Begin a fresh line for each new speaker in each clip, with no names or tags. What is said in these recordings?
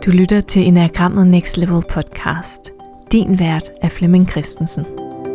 Du lytter til Enagrammet Next Level podcast. Din vært er Flemming Christensen.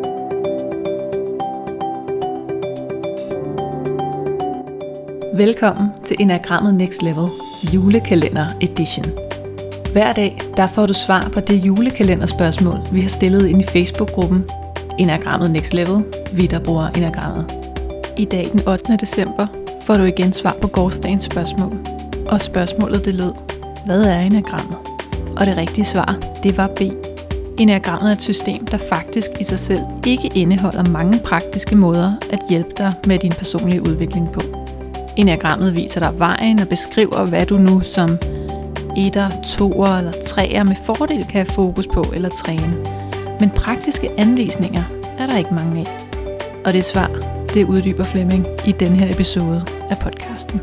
Velkommen til Enagrammet Next Level julekalender edition. Hver dag der får du svar på det julekalenderspørgsmål, vi har stillet ind i Facebook-gruppen Enagrammet Next Level, vi der bruger enagrammet. I dag den 8. december får du igen svar på gårsdagens spørgsmål. Og spørgsmålet det lød: hvad er enagrammet? Og det rigtige svar, det var B. Enagrammet er et system, der faktisk i sig selv ikke indeholder mange praktiske måder at hjælpe dig med din personlige udvikling på. Enagrammet viser dig vejen og beskriver, hvad du nu som 1'er, 2'er eller 3'er med fordel kan have fokus på eller træne. Men praktiske anvisninger er der ikke mange af. Og det svar, det uddyber Flemming i denne her episode af podcasten.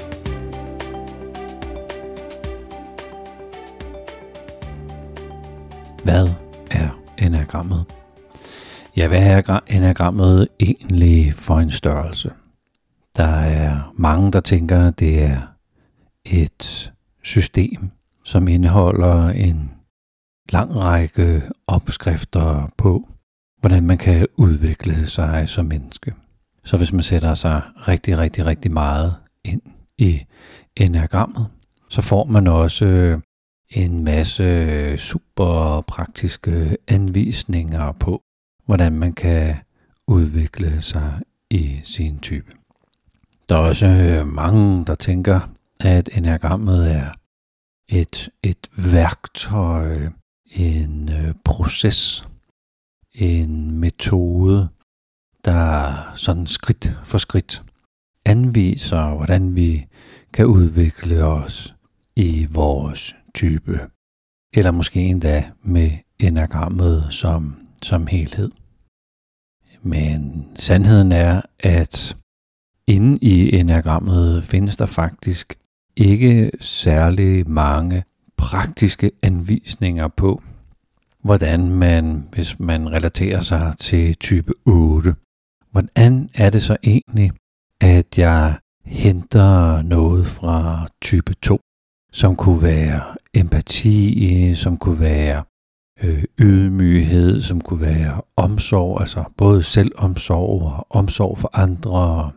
Hvad er enagrammet? Ja, hvad er enagrammet egentlig for en størrelse? Der er mange, der tænker, at det er et system, som indeholder en lang række opskrifter på, hvordan man kan udvikle sig som menneske. Så hvis man sætter sig rigtig meget ind i enagrammet, så får man også en masse super praktiske anvisninger på, hvordan man kan udvikle sig i sin type. Der er også mange, der tænker, at enagrammet er et værktøj, en proces, en metode, der sådan skridt for skridt anviser, hvordan vi kan udvikle os i vores type, eller måske endda med enagrammet som helhed. Men sandheden er, at inde i enagrammet findes der faktisk ikke særlig mange praktiske anvisninger på, hvordan man, hvis man relaterer sig til type 8, hvordan er det så egentlig, at jeg henter noget fra type 2, som kunne være empati, som kunne være ydmyghed, som kunne være omsorg, altså både selvomsorg og omsorg for andre,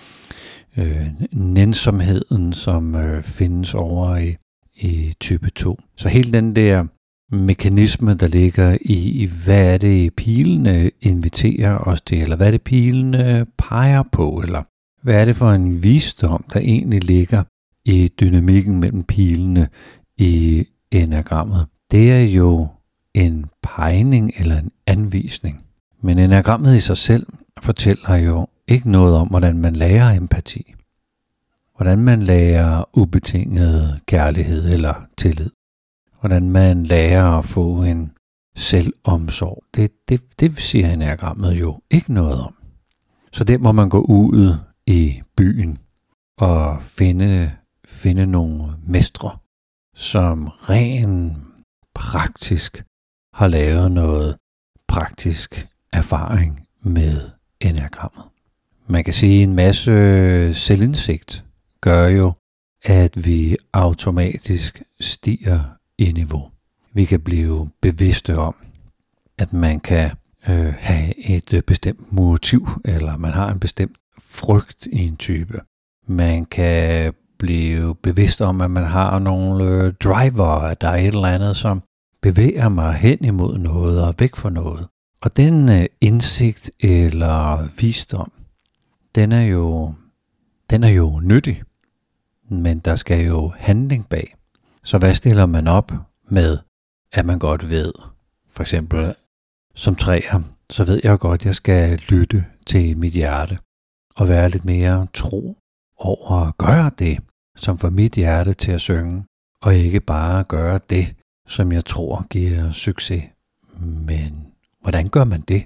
nænsomheden, som findes over i type 2. Så hele den der mekanisme, der ligger i, hvad er det pilene inviterer os til, eller hvad er det pilene peger på, eller hvad er det for en visdom, der egentlig ligger i dynamikken mellem pilene i enagrammet. Det er jo en pegning eller en anvisning. Men enagrammet i sig selv fortæller jo ikke noget om, hvordan man lærer empati. Hvordan man lærer ubetinget kærlighed eller tillid. Hvordan man lærer at få en selvomsorg. Det siger enagrammet jo ikke noget om. Så der må man gå ud i byen og finde nogle mestre, som ren praktisk har lavet noget praktisk erfaring med enagrammet. Man kan sige, at en masse selvindsigt gør jo, at vi automatisk stiger i niveau. Vi kan blive bevidste om, at man kan have et bestemt motiv, eller man har en bestemt frygt i en type. Man kan blive bevidst om, at man har nogle driver, at der er et eller andet, som bevæger mig hen imod noget og væk fra noget. Og den indsigt eller visdom, den er jo nyttig, men der skal jo handling bag. Så hvad stiller man op med, at man godt ved? For eksempel som træer, så ved jeg godt, at jeg skal lytte til mit hjerte og være lidt mere tro over at gøre det, som får mit hjerte til at synge, og ikke bare gøre det, som jeg tror giver succes. Men hvordan gør man det?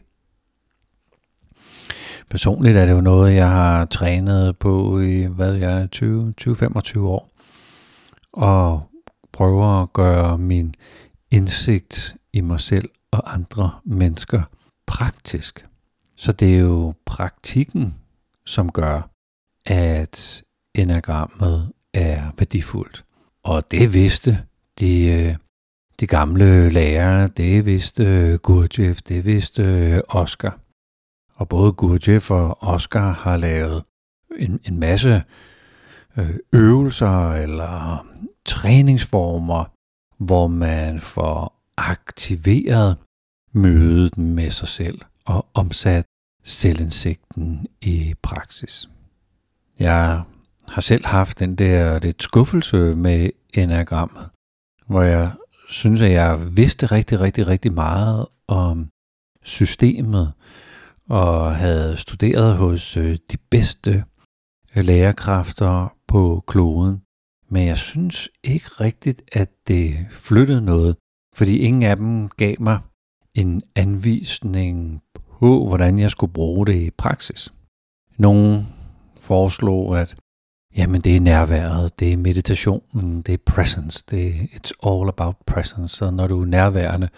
Personligt er det jo noget, jeg har trænet på i 20-25 år, og prøver at gøre min indsigt i mig selv og andre mennesker praktisk. Så det er jo praktikken, som gør, at enagrammet er værdifuldt. Og det vidste de gamle lærere, det er vist Gurdjieff, det er vist Oscar. Og både Gurdjieff og Oscar har lavet en masse øvelser eller træningsformer, hvor man får aktiveret mødet med sig selv og omsat selvindsigten i praksis. Jeg har selv haft den der lidt skuffelse med enagrammet, hvor jeg synes, at jeg vidste rigtig meget om systemet og havde studeret hos de bedste lærerkræfter på kloden. Men jeg synes ikke rigtigt, at det flyttede noget, fordi ingen af dem gav mig en anvisning på, hvordan jeg skulle bruge det i praksis. Nogle foreslog, at jamen, det er nærværet, det er meditationen, det er presence, it's all about presence. Så når du er nærværende,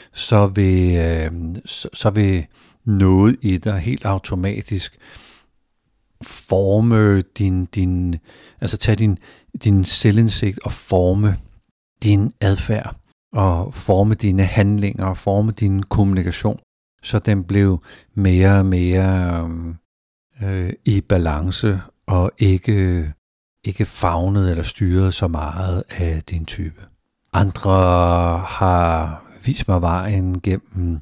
så vil noget i dig helt automatisk forme tage din selvindsigt og forme din adfærd og forme dine handlinger og forme din kommunikation, så den blev mere og mere i balance og ikke favnet eller styret så meget af din type. Andre har vist mig vejen gennem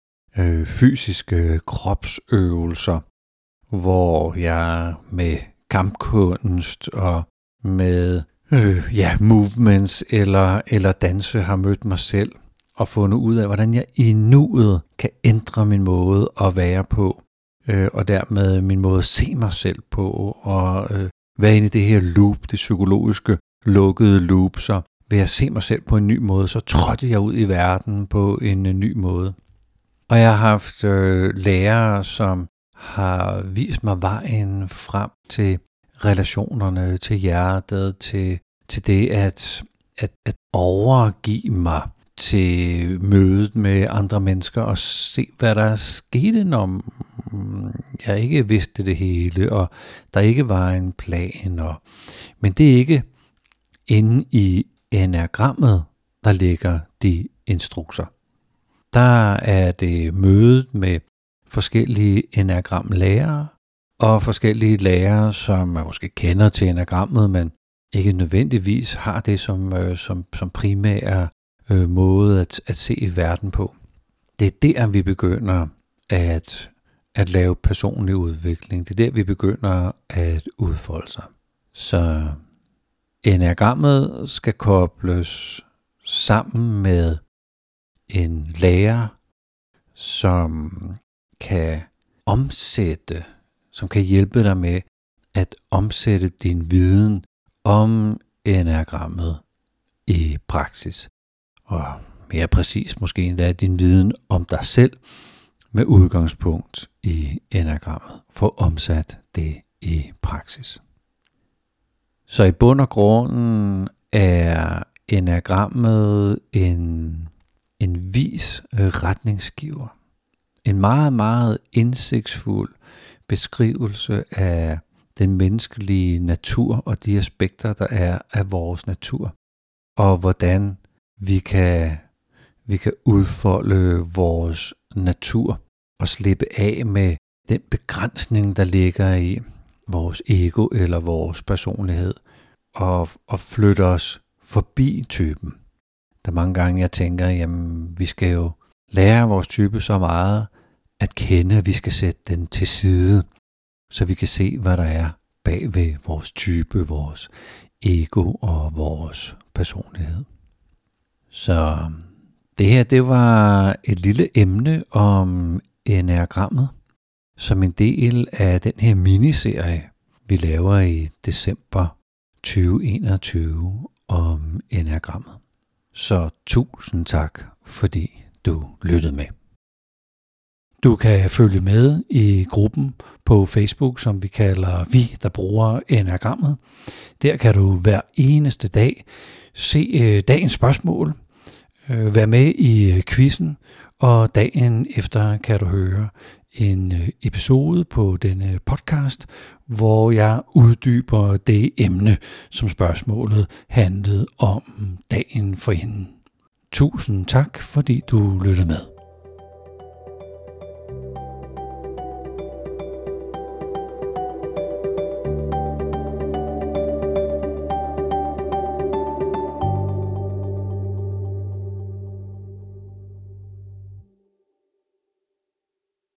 fysiske kropsøvelser, hvor jeg med kampkunst og med movements eller danse har mødt mig selv og fundet ud af, hvordan jeg i nuet kan ændre min måde at være på, og dermed min måde at se mig selv på, og være inde i det her loop, det psykologiske lukkede loop, så ved at se mig selv på en ny måde, så trådte jeg ud i verden på en ny måde. Og jeg har haft lærere, som har vist mig vejen frem til relationerne, til hjertet, til det at overgive mig til mødet med andre mennesker og se, hvad der skete, når jeg ikke vidste det hele, og der ikke var en plan. Men det er ikke inde i enagrammet, der ligger de instrukser. Der er det mødet med forskellige enagramlærere og forskellige lærere, som man måske kender til enagrammet, men ikke nødvendigvis har det som primære måde at se verden på. Det er der, vi begynder at lave personlig udvikling. Det er der, vi begynder at udfolde sig. Så enagrammet skal kobles sammen med en lærer, som kan omsætte, som kan hjælpe dig med at omsætte din viden om enagrammet i praksis. Og mere præcis måske endda din viden om dig selv med udgangspunkt i enagrammet. Få omsat det i praksis. Så i bund og grund er enagrammet en vis retningsgiver. En meget, meget indsigtsfuld beskrivelse af den menneskelige natur og de aspekter, der er af vores natur. Og hvordan vi kan udfolde vores natur og slippe af med den begrænsning, der ligger i vores ego eller vores personlighed, og flytte os forbi typen. Der er mange gange, jeg tænker, jamen vi skal jo lære vores type så meget at kende, at vi skal sætte den til side, så vi kan se, hvad der er bag ved vores type, vores ego og vores personlighed. Så det her, det var et lille emne om enagrammet, som en del af den her miniserie, vi laver i december 2021 om enagrammet. Så tusind tak, fordi du lyttede med. Du kan følge med i gruppen på Facebook, som vi kalder Vi, der bruger enagrammet. Der kan du hver eneste dag se dagens spørgsmål, være med i quizzen, og dagen efter kan du høre en episode på denne podcast, hvor jeg uddyber det emne, som spørgsmålet handlede om dagen for hende. Tusind tak, fordi du lyttede med.